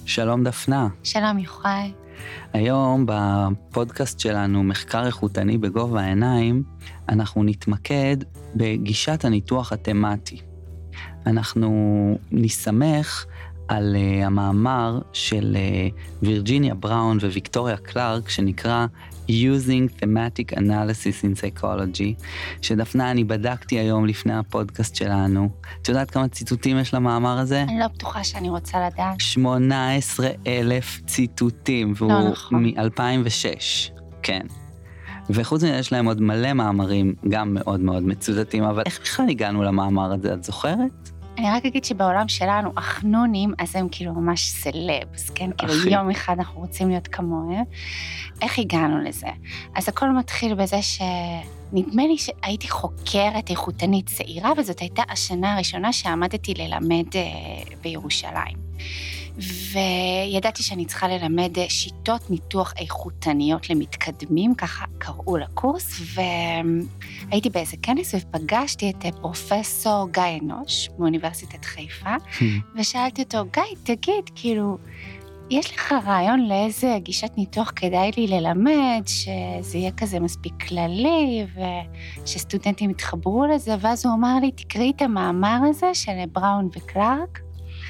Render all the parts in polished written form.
שלום דפנה. שלום יוחאי. היום בפודקאסט שלנו, מחקר איכותני בגובה העיניים, אנחנו נתמקד בגישת הניתוח התמטי. אנחנו נסמך על המאמר של וירג'יניה בראון וויקטוריה קלארק, שנקרא Using Thematic Analysis in Psychology, שדפנה, אני בדקתי היום לפני הפודקאסט שלנו. את יודעת כמה ציטוטים יש למאמר הזה? אני לא בטוחה שאני רוצה לדעת. 18,000 ציטוטים, והוא מ-2006, כן. וחוץ מזה יש להם עוד מלא מאמרים, גם מאוד מאוד מצוטטים, אבל איך בכלל הגענו למאמר הזה, את זוכרת? אני רק אגיד שבעולם שלנו, החנונים, אז הם כאילו ממש סלבס, כן? כאילו יום אחד אנחנו רוצים להיות כמוהם. איך הגענו לזה? אז הכל מתחיל בזה נדמה לי שהייתי חוקרת איכותנית צעירה, וזאת הייתה השנה הראשונה שעמדתי ללמד בירושלים. וידעתי שאני צריכה ללמד שיטות ניתוח איכותניות למתקדמים, ככה קראו לקורס, והייתי באיזה כנס ופגשתי את פרופסור גיא אנוש מאוניברסיטת חיפה, ושאלתי אותו, גיא, תגיד, כאילו, יש לך רעיון לאיזה גישת ניתוח כדאי לי ללמד, שזה יהיה כזה מספיק כללי, ושסטודנטים יתחברו לזה, ואז הוא אמר לי, תקראי את המאמר הזה של בראון וקלארק,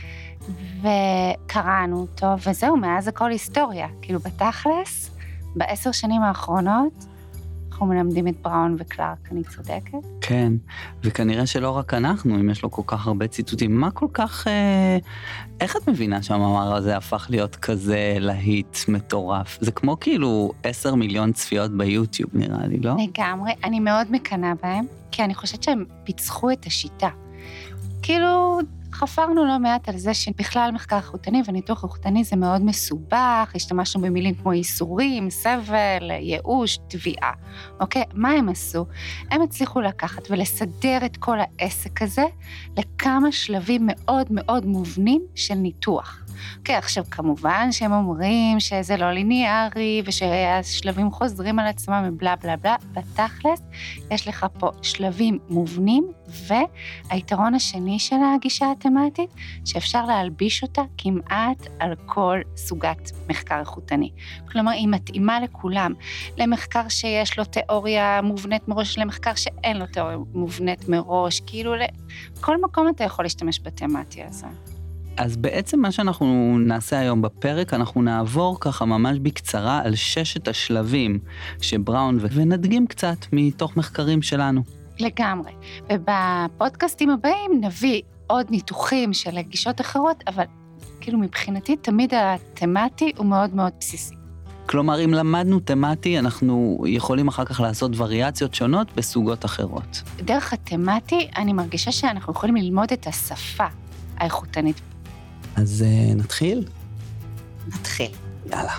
וקראנו אותו, וזהו, מאז הכל היסטוריה. כאילו בתכלס, ב10 שנים האחרונות, אנחנו מלמדים את בראון וקלארק, אני צודקת? כן, וכנראה שלא רק אנחנו, אם יש לו כל כך הרבה ציטוטים, מה כל כך, איך את מבינה שהמאמר הזה הפך להיות כזה להיט מטורף? זה כמו כאילו 10 מיליון צפיות ביוטיוב, נראה לי, לא? לגמרי, אני מאוד מקנה בהם, כי אני חושבת שהם פיצחו את השיטה. כאילו, חפרנו לא מעט על זה שבכלל מחקר איכותני וניתוח איכותני זה מאוד מסובך, השתמשנו במילים כמו ייסורים, סבל, ייאוש, תביעה. אוקיי? מה הם עשו? הם הצליחו לקחת ולסדר את כל העסק הזה לכמה שלבים מאוד מאוד מובנים של ניתוח. אוקיי, עכשיו כמובן שהם אומרים שזה לא ליניארי ושהשלבים חוזרים על עצמם ובלה בלה בלה, בתכלס יש לך פה שלבים מובנים, והיתרון השני של הגישה התמטית, שאפשר להלביש אותה כמעט על כל סוגת מחקר איכותני. כלומר, היא מתאימה לכולם, למחקר שיש לו תיאוריה מובנית מראש, למחקר שאין לו תיאוריה מובנית מראש, כאילו לכל מקום אתה יכול להשתמש בתמטי הזה. אז בעצם מה שאנחנו נעשה היום בפרק, אנחנו נעבור ככה ממש בקצרה על 6 השלבים שבראון ונדגים קצת מתוך מחקרים שלנו. לגמרי. ובפודקאסטים הבאים נביא עוד ניתוחים של גישות אחרות, אבל כאילו מבחינתי תמיד התמטי הוא מאוד מאוד בסיסי. כלומר, אם למדנו תמטי, אנחנו יכולים אחר כך לעשות וריאציות שונות בסוגות אחרות. דרך התמטי אני מרגישה שאנחנו יכולים ללמוד את השפה האיכותנית. אז נתחיל? נתחיל. יאללה.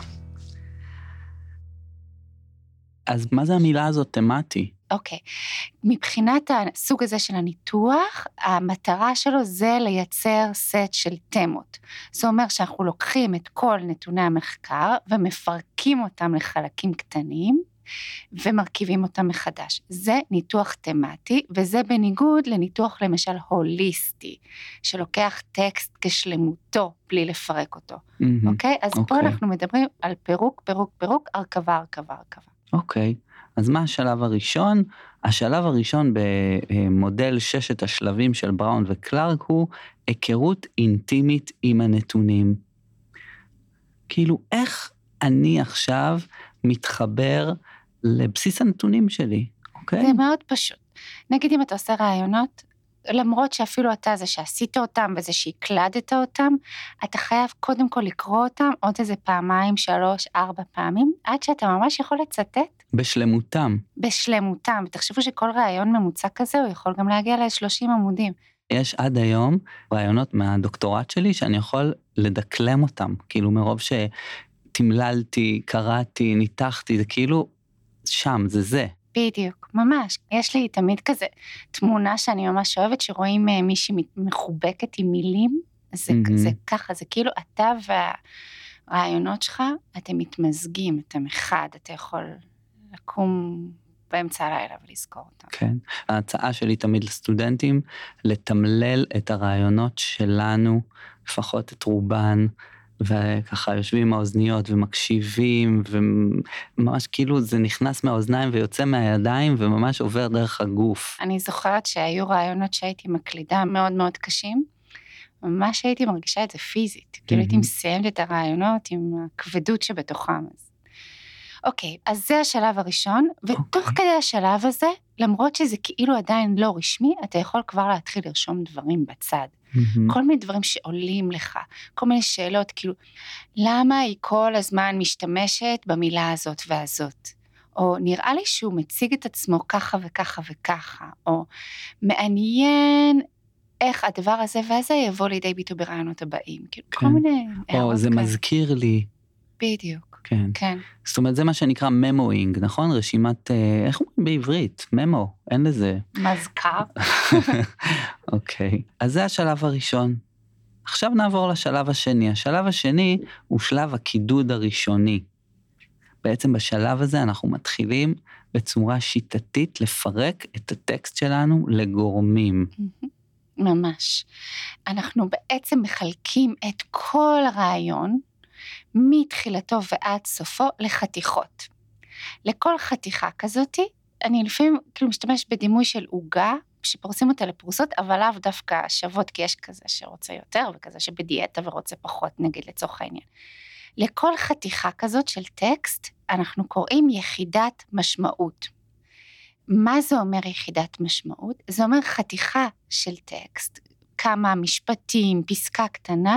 אז מה זה המילה הזאת, תמטי? אוקיי. מבחינת הסוג הזה של הניתוח, המטרה שלו זה לייצר סט של תמות. זה אומר שאנחנו לוקחים את כל נתוני המחקר ומפרקים אותם לחלקים קטנים, ומרכיבים אותם מחדש. זה ניתוח תמטי, וזה בניגוד לניתוח למשל הוליסטי, שלוקח טקסט כשלמותו, בלי לפרק אותו. אוקיי? אז פה אנחנו מדברים על פירוק, פירוק, פירוק, הרכבה, הרכבה, הרכבה. אוקיי. אז מה השלב הראשון? השלב הראשון במודל 6 השלבים של בראון וקלארק הוא היכרות אינטימית עם הנתונים. כאילו, איך אני עכשיו מתחבר לבסיס הנתונים שלי, אוקיי? זה מאוד פשוט. נגיד אם אתה עושה רעיונות, למרות שאפילו אתה זה שעשית אותם וזה שהקלדת אותם, אתה חייב קודם כל לקרוא אותם עוד איזה 2, 3, 4 פעמים, עד שאתה ממש יכול לצטט. בשלמותם. בשלמותם, ותחשבו שכל רעיון ממוצע כזה, הוא יכול גם להגיע ל30 עמודים. יש עד היום רעיונות מהדוקטורט שלי, שאני יכול לדקלם אותם, כאילו מרוב שתמללתי, קראתי, ניתחתי, זה כאילו שם, זה. בדיוק, ממש. יש לי תמיד כזה תמונה שאני ממש אוהבת, שרואים מישהי מחובקת עם מילים, זה ככה, זה כאילו אתה והרעיונות שלך, אתם מתמזגים, אתם אחד, אתה יכול לקום באמצע הלילה ולזכור אותם. כן, ההצעה שלי תמיד לסטודנטים, לתמלל את הרעיונות שלנו, לפחות את רובן, וככה יושבים עם האוזניות ומקשיבים, וממש כאילו זה נכנס מהאוזניים ויוצא מהידיים, וממש עובר דרך הגוף. אני זוכרת שהיו רעיונות שהייתי מקלידה מאוד מאוד קשים, ממש הייתי מרגישה את זה פיזית, כאילו הייתי מסיימת את הרעיונות עם הכבדות שבתוכם. אוקיי, אז זה השלב הראשון, ותוך כדי השלב הזה, למרות שזה כאילו עדיין לא רשמי, אתה יכול כבר להתחיל לרשום דברים בצד. כל מיני דברים שעולים לך, כל מיני שאלות, כאילו, למה היא כל הזמן משתמשת במילה הזאת והזאת? או נראה לי שהוא מציג את עצמו ככה וככה וככה, או מעניין איך הדבר הזה והזה יבוא לידי ביטוי ברעיונות הבאים. כאילו, כל מיני או זה מזכיר לי. בדיוק. כן. כן. זאת אומרת, זה מה שנקרא ממואינג, נכון? רשימת, איך אומרים בעברית? ממו, אין לזה. מזכר. אוקיי. אז זה השלב הראשון. עכשיו נעבור לשלב השני. השלב השני הוא שלב הקידוד הראשוני. בעצם בשלב הזה אנחנו מתחילים בצורה שיטתית לפרק את הטקסט שלנו לגורמים. ממש. אנחנו בעצם מחלקים את כל הרעיון, מתחילתו ועד סופו לחתיכות. לכל חתיכה כזאת, אני לפעמים כאילו משתמש בדימוי של עוגה, שפורסים אותה לפרוסות, אבל לאו דווקא שוות, כי יש כזה שרוצה יותר, וכזה שבדיאטה ורוצה פחות, נגיד לצורך העניין. לכל חתיכה כזאת של טקסט, אנחנו קוראים יחידת משמעות. מה זה אומר יחידת משמעות? זה אומר חתיכה של טקסט, כמה משפטים, פסקה קטנה,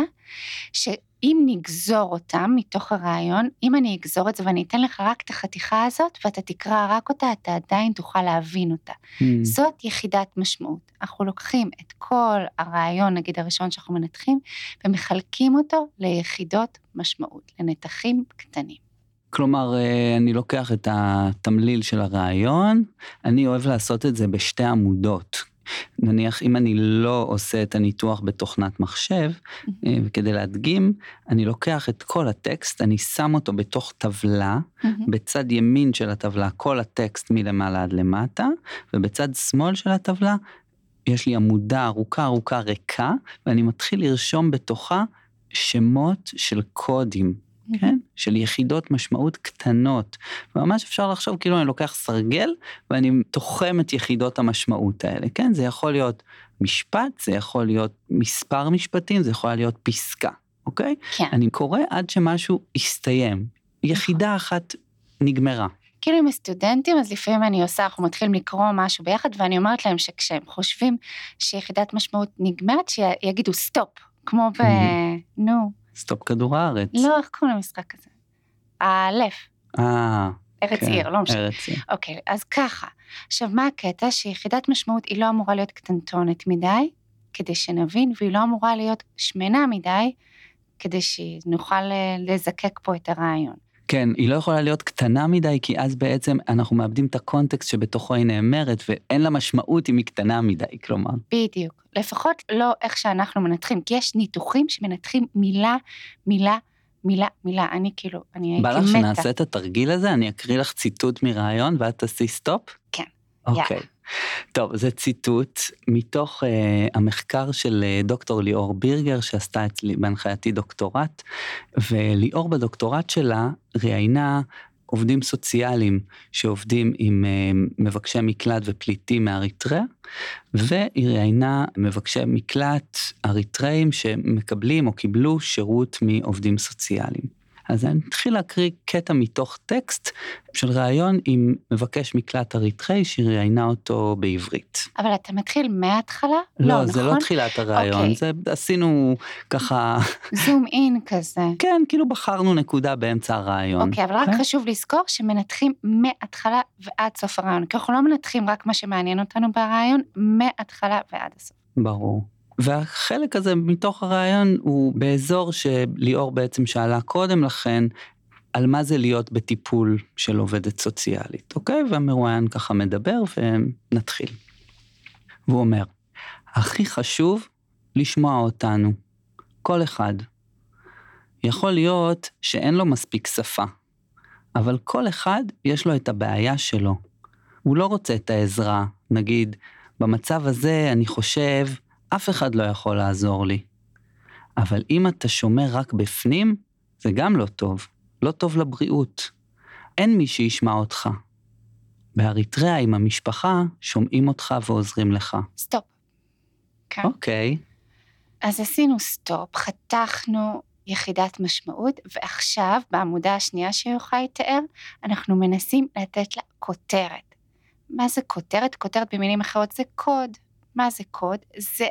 שאם נגזור אותם מתוך הרעיון, אם אני אגזור את זה ואני אתן לך רק את החתיכה הזאת, ואתה תקרא רק אותה, אתה עדיין תוכל להבין אותה. זאת יחידת משמעות. אנחנו לוקחים את כל הרעיון, נגיד הראשון שאנחנו מנתחים, ומחלקים אותו ליחידות משמעות, לנתחים קטנים. כלומר, אני לוקח את התמליל של הרעיון, אני אוהב לעשות את זה בשתי עמודות. נניח, אם אני לא עושה את הניתוח בתוכנת מחשב, וכדי להדגים, אני לוקח את כל הטקסט, אני שם אותו בתוך טבלה, בצד ימין של הטבלה, כל הטקסט מלמעלה עד למטה, ובצד שמאל של הטבלה, יש לי עמודה ארוכה ריקה, ואני מתחיל לרשום בתוכה שמות של קודים. כן? של יחידות משמעות קטנות. ממש אפשר לחשוב כאילו אני לוקח סרגל, ואני תוחם את יחידות המשמעות האלה. כן? זה יכול להיות משפט, זה יכול להיות מספר משפטים, זה יכול להיות פסקה. אוקיי? כן. אני קורא עד שמשהו יסתיים. יחידה אחת נגמרה. כאילו עם הסטודנטים, אז לפעמים אנחנו מתחילים לקרוא משהו ביחד, ואני אומרת להם שכשהם חושבים שיחידת משמעות נגמרת, שיגידו סטופ, כמו סטופ כדור הארץ. לא, איך קוראים למשחק הזה? האלף. ארץ כן, עיר, לא משנה. ארץ עיר. אוקיי, אז ככה. עכשיו, מה הקטע? שיחידת משמעות היא לא אמורה להיות קטנטונת מדי, כדי שנבין, והיא לא אמורה להיות שמנה מדי, כדי שנוכל לזקק פה את הרעיון. כן, היא לא יכולה להיות קטנה מדי, כי אז בעצם אנחנו מאבדים את הקונטקסט שבתוכו היא נאמרת, ואין לה משמעות אם היא קטנה מדי, כלומר. בדיוק. לפחות לא איך שאנחנו מנתחים, כי יש ניתוחים שמנתחים מילה. אני הייתי מתה. בא לך שנעשה את התרגיל הזה? אני אקריא לך ציטוט מרעיון, ואת תעשי סטופ? כן. אוקיי. טוב, זה ציטוט מתוך המחקר של דוקטור ליאור בירגר, שעשתה אצלי בהנחייתי דוקטורט, וליאור בדוקטורט שלה ראיינה עובדים סוציאליים שעובדים עם מבקשי מקלט ופליטים מאריתריאה, והיא ראיינה מבקשי מקלט אריתראים שמקבלים או קיבלו שירות מעובדים סוציאליים. אז אני מתחיל להקריא קטע מתוך טקסט של ראיון עם מבקש מקלט אריתראי שראיינה אותו בעברית. אבל אתה מתחיל מההתחלה? לא, זה לא תחילת הרעיון, זה עשינו ככה... זום אין כזה. כן, כאילו בחרנו נקודה באמצע הרעיון. אוקיי, אבל רק חשוב לזכור שמנתחים מההתחלה ועד סוף הרעיון, כי אנחנו לא מנתחים רק מה שמעניין אותנו ברעיון, מההתחלה ועד הסוף. ברור. והחלק הזה מתוך הרעיון הוא באזור שליאור בעצם שאלה קודם לכן, על מה זה להיות בטיפול של עובדת סוציאלית, אוקיי? והמרואיין ככה מדבר ונתחיל. והוא אומר, הכי חשוב לשמוע אותנו, כל אחד. יכול להיות שאין לו מספיק שפה, אבל כל אחד יש לו את הבעיה שלו. הוא לא רוצה את העזרה, נגיד, במצב הזה אני חושב, אף אחד לא יכול לעזור לי. אבל אם אתה שומר רק בפנים, זה גם לא טוב. לא טוב לבריאות. אין מי שישמע אותך. באריתריאה עם המשפחה שומעים אותך ועוזרים לך. סטופ. כן. אוקיי. אז עשינו סטופ, חתכנו יחידת משמעות, ועכשיו, בעמודה השנייה שיוחאי תיאר, אנחנו מנסים לתת לה כותרת. מה זה כותרת? כותרת במילים אחרות זה קוד. מה זה קוד? זה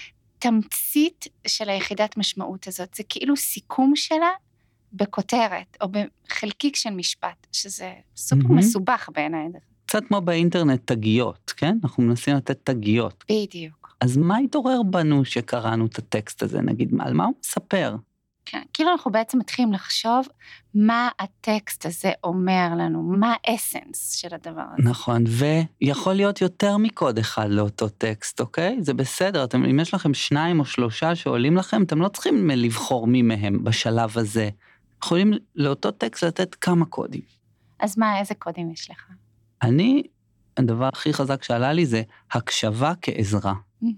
תמצית של היחידת משמעות הזאת. זה כאילו סיכום שלה בכותרת, או בחלקיק של משפט, שזה סופר מסובך בעיניי. קצת כמו באינטרנט תגיות, כן? אנחנו מנסים לתת תגיות. בדיוק. אז מה התעורר בנו שקראנו את הטקסט הזה? נגיד, על מה הוא מספר? כן, כאילו אנחנו בעצם מתחילים לחשוב מה הטקסט הזה אומר לנו, מה האסנס של הדבר הזה. נכון, ויכול להיות יותר מקוד אחד לאותו טקסט, אוקיי? זה בסדר, אם יש לכם 2 או 3 שעולים לכם, אתם לא צריכים לבחור מי מהם בשלב הזה. יכולים לאותו טקסט לתת כמה קודים. אז מה, איזה קודים יש לך? הדבר הכי חזק שעלה לי זה הקשבה כעזרה.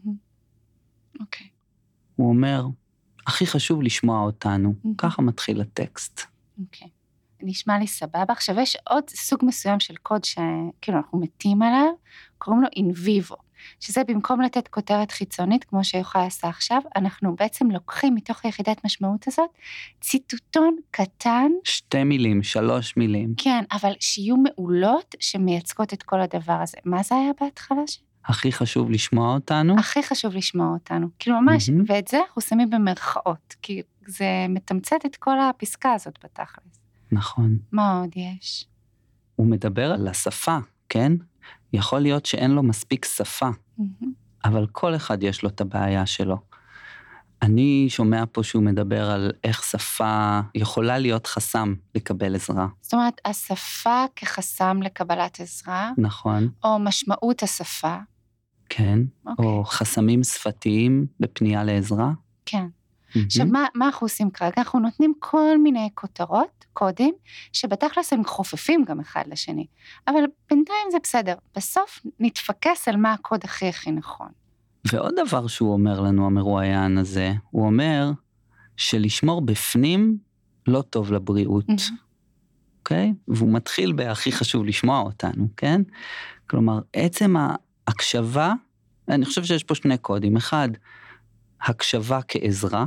אוקיי. הוא אומר, הכי חשוב לשמוע אותנו. ככה מתחיל הטקסט. אוקיי. נשמע לי סבבה. עכשיו יש עוד סוג מסוים של קוד שכאילו אנחנו מתים עליו, קוראים לו in vivo, שזה במקום לתת כותרת חיצונית, כמו שיוחאי עשה עכשיו, אנחנו בעצם לוקחים מתוך היחידת משמעות הזאת, ציטוטון קטן. 2 מילים, 3 מילים. כן, אבל שיהיו מעולות שמייצגות את כל הדבר הזה. מה זה היה בהתחלה? הכי חשוב לשמוע אותנו. הכי חשוב לשמוע אותנו. כאילו ממש, ואת זה אנחנו שמים במרכאות, כי זה מתמצת את כל הפסקה הזאת בתכלס. נכון. מה עוד יש? הוא מדבר על השפה, כן? יכול להיות שאין לו מספיק שפה, אבל כל אחד יש לו את הבעיה שלו. אני שומע פה שהוא מדבר על איך שפה יכולה להיות חסם לקבל עזרה. זאת אומרת, השפה כחסם לקבלת עזרה. נכון. או משמעות השפה. כן, או חסמים שפתיים בפנייה לעזרה. כן. עכשיו, מה אנחנו עושים כרגע? אנחנו נותנים כל מיני כותרות, קודים, שבתכלס הם חופפים גם אחד לשני. אבל בינתיים זה בסדר. בסוף נתפקס על מה הקוד הכי נכון. ועוד דבר שהוא אומר לנו, המרואיין הזה, הוא אומר שלשמור בפנים לא טוב לבריאות. אוקיי? והוא מתחיל בהכי חשוב לשמוע אותנו, כן? כלומר, עצם ההקשבה, אני חושב שיש פה 2 קודים. אחד, הקשבה כעזרה,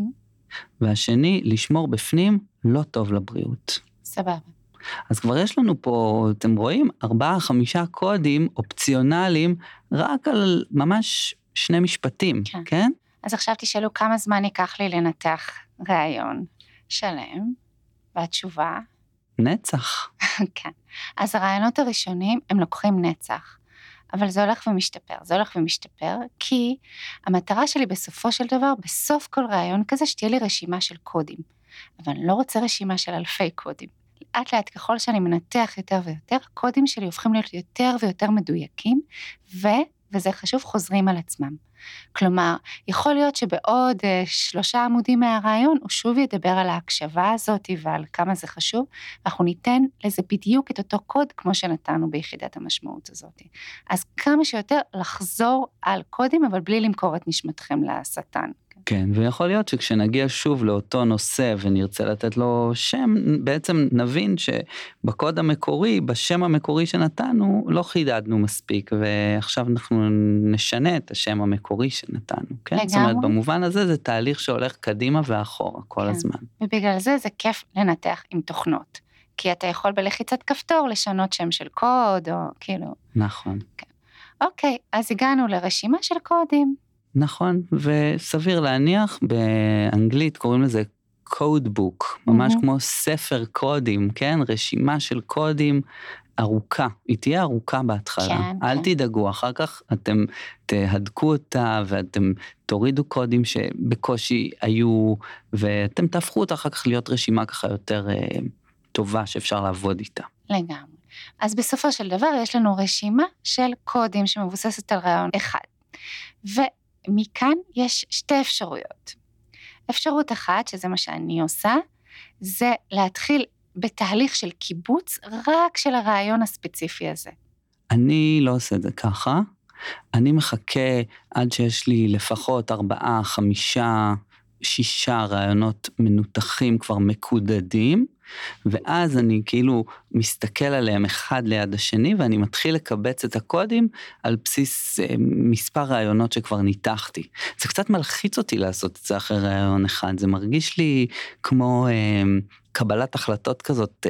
והשני, לשמור בפנים לא טוב לבריאות. סבבה. אז כבר יש לנו פה, אתם רואים, 4-5 קודים אופציונליים, רק על ממש 2 משפטים, כן? אז עכשיו תשאלו כמה זמן ייקח לי לנתח רעיון שלם, והתשובה? נצח. כן. אז הרעיונות הראשונים הם לוקחים נצח. אבל זה הולך ומשתפר, כי המטרה שלי בסופו של דבר, בסוף כל רעיון כזה, שתהיה לי רשימה של קודים. אבל אני לא רוצה רשימה של אלפי קודים. לאט לאט ככל שאני מנתח יותר ויותר, הקודים שלי הופכים להיות יותר ויותר מדויקים, וזה חשוב, חוזרים על עצמם. כלומר, יכול להיות שבעוד 3 עמודים מהרעיון, הוא שוב ידבר על ההקשבה הזאת ועל כמה זה חשוב, ואנחנו ניתן לזה בדיוק את אותו קוד כמו שנתנו ביחידת המשמעות הזאת. אז כמה שיותר לחזור על קודים, אבל בלי למכור את נשמתכם לשטן. כן, ויכול להיות שכשנגיע שוב לאותו נושא ונרצה לתת לו שם, בעצם נבין שבקוד המקורי, בשם המקורי שנתנו, לא חידדנו מספיק, ועכשיו אנחנו נשנה את השם המקורי שנתנו, כן? לגמרי. זאת אומרת, במובן הזה זה תהליך שהולך קדימה ואחורה כל הזמן. ובגלל זה כיף לנתח עם תוכנות, כי אתה יכול בלחיצת כפתור לשנות שם של קוד, או כאילו... נכון. כן. אוקיי, אז הגענו לרשימה של קודים. נכון, וסביר להניח, באנגלית קוראים לזה code book, ממש כמו ספר קודים, כן? רשימה של קודים ארוכה, היא תהיה ארוכה בהתחלה, כן, אל כן. תדאגו, אחר כך אתם תהדקו אותה, ואתם תורידו קודים שבקושי היו, ואתם תהפכו אותה אחר כך להיות רשימה ככה יותר טובה שאפשר לעבוד איתה. לגמרי. אז בסופו של דבר יש לנו רשימה של קודים שמבוססת על רעיון אחד. ומכאן יש 2 אפשרויות. אפשרות אחת, שזה מה שאני עושה, זה להתחיל בתהליך של קיבוץ רק של הרעיון הספציפי הזה. אני לא עושה את זה ככה, אני מחכה עד שיש לי לפחות 4-5 6 רעיונות מנותחים כבר מקודדים, ואז אני כאילו מסתכל עליהם אחד ליד השני, ואני מתחיל לקבץ את הקודים על בסיס מספר רעיונות שכבר ניתחתי. זה קצת מלחיץ אותי לעשות את זה אחרי רעיון אחד, זה מרגיש לי כמו קבלת החלטות כזאת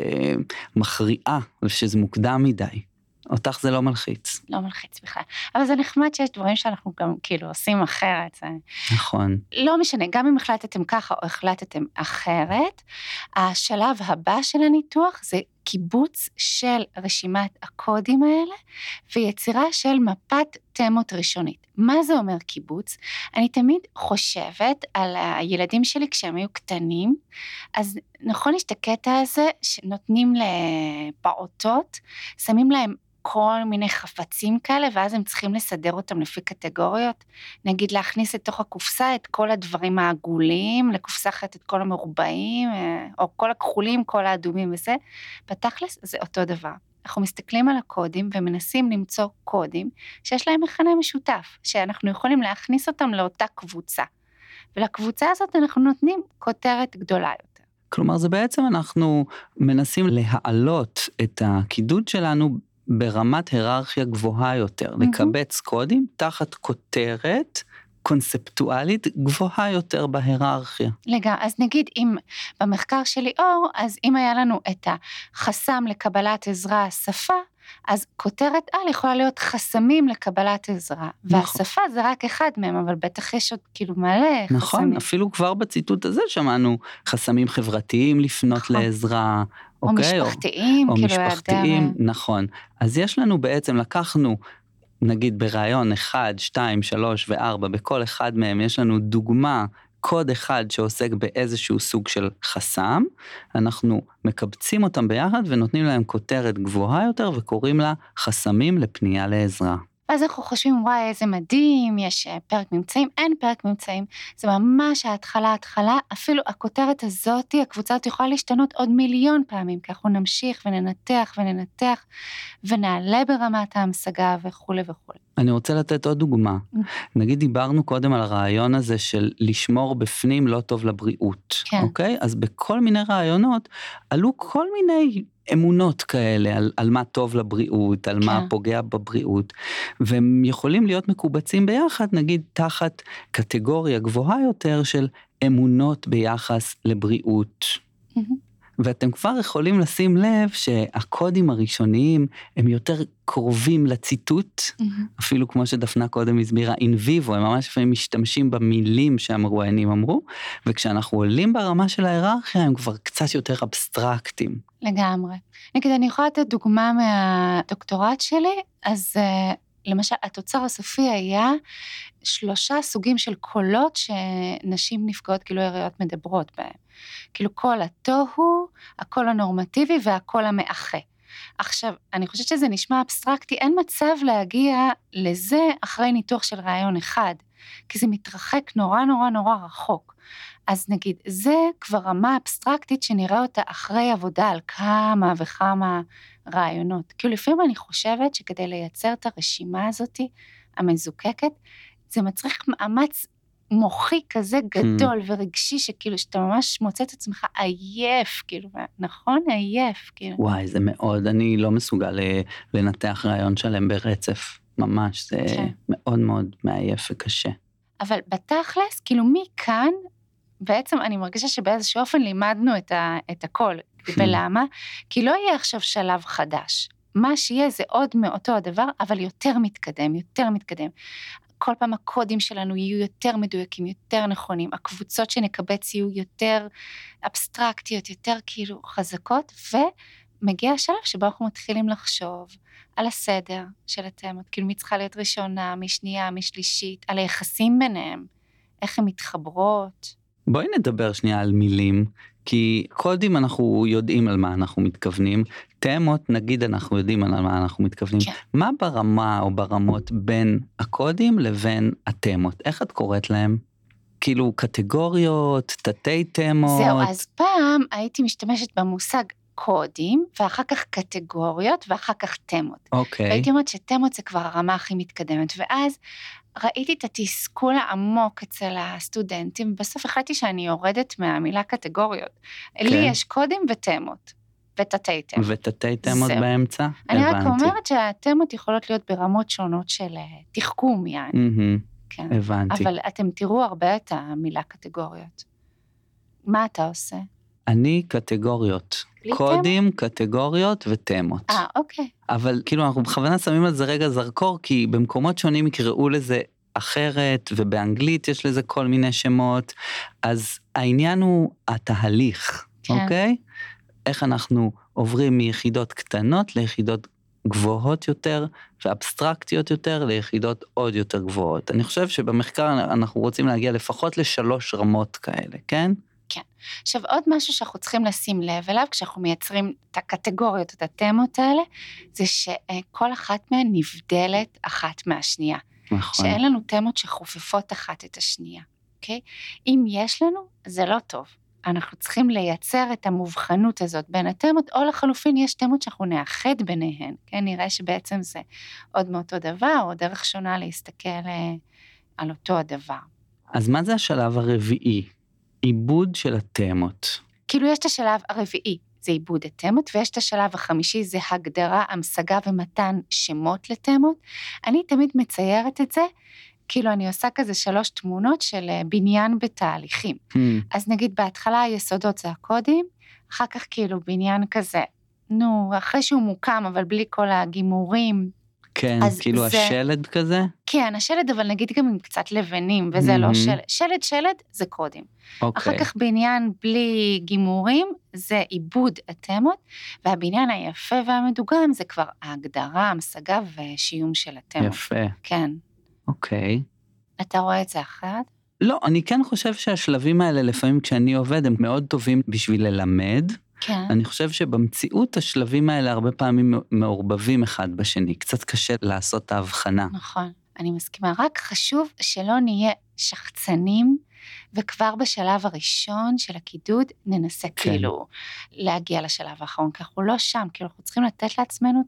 מכריעה, ושזה מוקדם מדי. אותך זה לא מלחיץ. לא מלחיץ בכלל. אבל זה נחמד שיש דברים שאנחנו גם כאילו עושים אחרת. נכון. לא משנה, גם אם החלטתם ככה או החלטתם אחרת, השלב הבא של הניתוח זה קיבוץ של רשימת הקודים האלה, ויצירה של מפת תמות ראשונית. מה זה אומר קיבוץ? אני תמיד חושבת על הילדים שלי כשהם היו קטנים, אז נכון יש את הקטע הזה שנותנים לפעוטות, שמים להם כל מיני חפצים כאלה, ואז הם צריכים לסדר אותם לפי קטגוריות, נגיד להכניס לתוך הקופסה את כל הדברים העגולים, לקופסה אחת את כל המרובעים, או כל הכחולים, כל האדומים וזה, בתכלס זה אותו דבר. אנחנו מסתכלים על הקודים ומנסים למצוא קודים שיש להם מכנה משותף, שאנחנו יכולים להכניס אותם לאותה קבוצה, ולקבוצה הזאת אנחנו נותנים כותרת גדולה יותר. כלומר זה בעצם אנחנו מנסים להעלות את הקידוד שלנו ברמת היררכיה גבוהה יותר, לקבץ קודים תחת כותרת קונספטואלית גבוהה יותר בהיררכיה. לגמרי, אז נגיד אם במחקר שלי אור, אז אם היה לנו את החסם לקבלת עזרה שפה, אז כותרת על יכולה להיות חסמים לקבלת עזרה, והשפה זה רק אחד מהם, אבל בטח יש עוד כאילו מלא חסמים. נכון, אפילו כבר בציטוט הזה שמענו חסמים חברתיים לפנות לעזרה, או משפחתיים, או כאילו משפחתיים, נכון. אז יש לנו בעצם, לקחנו, נגיד ברעיון 1, 2, 3 ו4, בכל אחד מהם יש לנו דוגמה, קוד אחד שעוסק באיזשהו סוג של חסם, אנחנו מקבצים אותם ביחד ונותנים להם כותרת גבוהה יותר, וקוראים לה חסמים לפנייה לעזרה. אז אנחנו חושבים, וואי, איזה מדהים, יש פרק ממצאים, אין פרק ממצאים, זה ממש ההתחלה, אפילו הכותרת הזאת, הקבוצה הזאת יכולה להשתנות עוד מיליון פעמים, כי אנחנו נמשיך וננתח, ונעלה ברמת ההמשגה וכו' וכו'. אני רוצה לתת עוד דוגמה. נגיד דיברנו קודם על הרעיון הזה של לשמור בפנים לא טוב לבריאות, אוקיי? אז בכל מיני רעיונות עלו כל מיני אמונות כאלה על מה טוב לבריאות, על מה פוגע בבריאות, והם יכולים להיות מקובצים ביחד, נגיד תחת קטגוריה גבוהה יותר של אמונות ביחס לבריאות. ואתם כבר יכולים לשים לב שהקודים הראשוניים הם יותר קרובים לציטוט, אפילו כמו שדפנה קודם הסבירה, in vivo, הם ממש לפעמים משתמשים במילים שהמרואיינים אמרו, וכשאנחנו עולים ברמה של ההיררכיה, הם כבר קצת יותר אבסטרקטים. לגמרי. נגיד, אני יכולה לתת דוגמה מהדוקטורט שלי, אז למשל, התוצר הסופי היה 3 סוגים של קולות שנשים נפגעות גילוי עריות מדברות בהם. כאילו קול התוהו, הקול הנורמטיבי והקול המאחה. עכשיו, אני חושבת שזה נשמע אבסטרקטי, אין מצב להגיע לזה אחרי ניתוח של רעיון אחד, כי זה מתרחק נורא נורא נורא רחוק. אז נגיד, זה כבר רמה אבסטרקטית שנראה אותה אחרי עבודה על כמה וכמה רעיונות. כאילו לפעמים אני חושבת שכדי לייצר את הרשימה הזאת, המזוקקת, זה מצריך מאמץ מוחי כזה גדול ורגשי, שכאילו שאתה ממש מוצא את עצמך עייף, כאילו, נכון? עייף, כאילו. וואי, זה מאוד, אני לא מסוגל לנתח רעיון שלם ברצף, ממש, זה מאוד מאוד מעייף וקשה. אבל בתכלס, כאילו מכאן, בעצם אני מרגישה שבאיזשהו אופן לימדנו את הכל, ולמה? כי לא יהיה עכשיו שלב חדש. מה שיהיה זה עוד מאותו הדבר, אבל יותר מתקדם, יותר מתקדם. כל פעם הקודים שלנו יהיו יותר מדויקים, יותר נכונים, הקבוצות שנקבץ יהיו יותר אבסטרקטיות, יותר כאילו חזקות, ומגיע השלב שבו אנחנו מתחילים לחשוב על הסדר של התמות, כאילו מי צריכה להיות ראשונה, מי שנייה, מי שלישית, על היחסים ביניהם, איך הן מתחברות. בואי נדבר שנייה על מילים, כי קודים אנחנו יודעים על מה אנחנו מתכוונים, תמות נגיד אנחנו יודעים על מה אנחנו מתכוונים, כן. מה ברמה או ברמות בין הקודים לבין התמות? איך את קוראת להם? כאילו קטגוריות, תתי תמות? זהו, אז פעם הייתי משתמשת במושג קודים, ואחר כך קטגוריות, ואחר כך תמות. אוקיי. והייתי אומרת שתמות זה כבר הרמה הכי מתקדמת, ואז ראיתי את התסכול העמוק אצל הסטודנטים, בסוף החלטתי שאני יורדת מהמילה קטגוריות. לי יש קודים ותמות, ותתי תמות. ותתי תמות באמצע? אני רק אומרת שהתמות יכולות להיות ברמות שונות של תחכום, יעני. כן. הבנתי. אבל אתם תראו הרבה את המילה קטגוריות. מה אתה עושה? אני קטגוריות. קודים, קטגוריות ותמות. אוקיי. אבל כאילו אנחנו בכוונה שמים על זה רגע זרקור, כי במקומות שונים יקראו לזה אחרת, ובאנגלית יש לזה כל מיני שמות, אז העניין הוא התהליך, אוקיי? איך אנחנו עוברים מיחידות קטנות ליחידות גבוהות יותר, ואבסטרקטיות יותר, ליחידות עוד יותר גבוהות. אני חושב שבמחקר אנחנו רוצים להגיע לפחות ל3 רמות כאלה, כן? כן. עכשיו, עוד משהו שאנחנו צריכים לשים לב אליו, כשאנחנו מייצרים את הקטגוריות, את התמות האלה, זה שכל אחת מהן נבדלת אחת מהשנייה. נכון. שאין לנו תמות שחופפות אחת את השנייה, אוקיי? אם יש לנו, זה לא טוב. אנחנו צריכים לייצר את המובחנות הזאת בין התמות, או לחלופין יש תמות שאנחנו נאחד ביניהן, כן? נראה שבעצם זה עוד מאותו דבר, או דרך שונה להסתכל על אותו הדבר. אז מה זה השלב הרביעי? עיבוד של התמות. כאילו יש את השלב הרביעי, זה עיבוד התמות, ויש את השלב החמישי, זה הגדרה, המשגה ומתן שמות לתמות. אני תמיד מציירת את זה, כאילו אני עושה כזה 3 תמונות של בניין בתהליכים. אז נגיד בהתחלה היסודות זה הקודים, אחר כך כאילו בניין כזה, אחרי שהוא מוקם, אבל בלי כל הגימורים. כן, כאילו זה... השלד כזה? כן, השלד, אבל נגיד גם עם קצת לבנים, וזה לא שלד. שלד זה קודים. אחר כך בניין בלי גימורים, זה עיבוד התמות, והבניין היפה והמדוגם זה כבר ההגדרה, המשגה ושיום של התמות. יפה. כן. אוקיי. אתה רואה את זה אחת? לא, אני כן חושב שהשלבים האלה, לפעמים כשאני עובד, הם מאוד טובים בשביל ללמד. כן. אני חושב שבמציאות השלבים האלה הרבה פעמים מעורבבים אחד בשני. קצת קשה לעשות את ההבחנה. נכון, אני מסכימה. רק חשוב שלא נהיה שחצנים, וכבר בשלב הראשון של הקידוד ננסה כן. כאילו להגיע לשלב האחרון, כי אנחנו לא שם, כאילו אנחנו צריכים לתת לעצמנו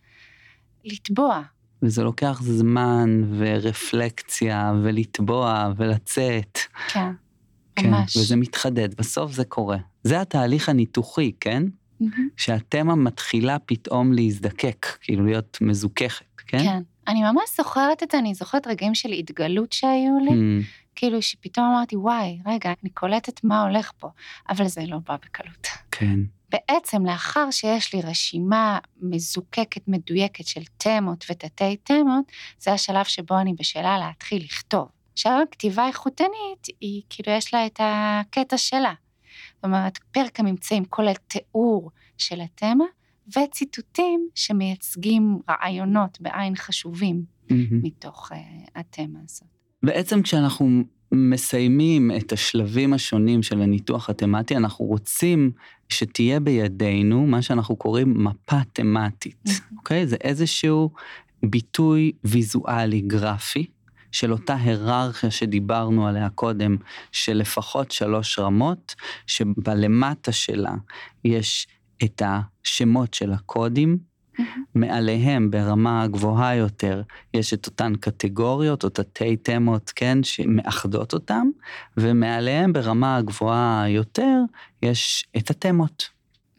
לטבוע. וזה לוקח זמן ורפלקציה ולטבוע ולצאת. כן, כן, ממש. וזה מתחדד, בסוף זה קורה. זה התהליך הניתוחי, כן? שהתמה מתחילה פתאום להזדקק, כאילו להיות מזוככת, כן? כן, אני ממש זוכרת את זה, אני זוכרת רגעים של התגלות שהיו לי, כאילו שפתאום אמרתי, וואי, רגע, אני קולטת מה הולך פה, אבל זה לא בא בקלות. כן. בעצם לאחר שיש לי רשימה מזוקקת, מדויקת של תמות ותתי תמות, זה השלב שבו אני בשאלה להתחיל לכתוב. עכשיו, הכתיבה איכותנית, היא כאילו יש לה את הקטע שלה. זאת אומרת, פרק הממצאים כולל תיאור של התמה, וציטוטים שמייצגים רעיונות בעין חשובים מתוך התמה הזאת. בעצם כשאנחנו מסיימים את השלבים השונים של הניתוח התמטי, אנחנו רוצים שתהיה בידינו מה שאנחנו קוראים מפה תמטית, אוקיי? זה איזשהו ביטוי ויזואלי גרפי, של אותה היררכיה שדיברנו עליה קודם, של לפחות 3 רמות, שבלמטה שלה יש את השמות של הקודים, מעליהם ברמה הגבוהה יותר, יש את אותן קטגוריות, או תתי תמות, כן, שמאחדות אותם, ומעליהם ברמה הגבוהה יותר, יש את התמות.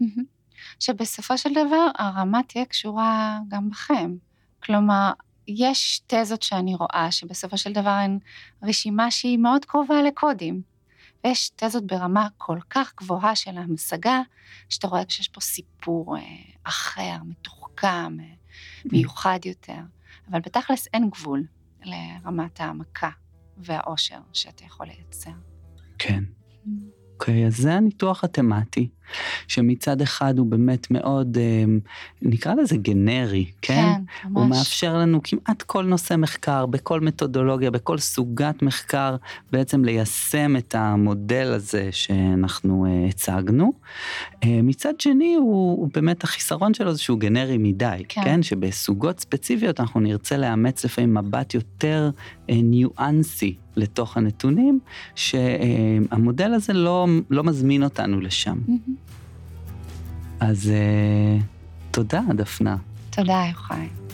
שבסופו של דבר, הרמה תהיה קשורה גם בכם. כלומר, יש תזות שאני רואה, שבסופו של דבר הן רשימה שהיא מאוד קרובה לקודים, ויש תזות ברמה כל כך גבוהה של המשגה, שאתה רואה שיש פה סיפור אחר, מתוחכם, מיוחד יותר, אבל בתכלס אין גבול לרמת העמקה והאושר שאתה יכול לייצר. כן. אוקיי, אז זה הניתוח התמטי, שמצד אחד הוא באמת מאוד, נקרא לזה גנרי, כן? כן, ממש. הוא מאפשר לנו כמעט כל נושא מחקר, בכל מתודולוגיה, בכל סוגת מחקר, בעצם ליישם את המודל הזה שאנחנו הצגנו. מצד שני, הוא באמת החיסרון שלו זה שהוא גנרי מדי, כן? שבסוגות ספציפיות אנחנו נרצה לאמץ לפעמים מבט יותר ניואנסי, לתוך הנתונים, שהמודל הזה לא מזמין אותנו לשם. אז תודה, דפנה. תודה, יוחאי.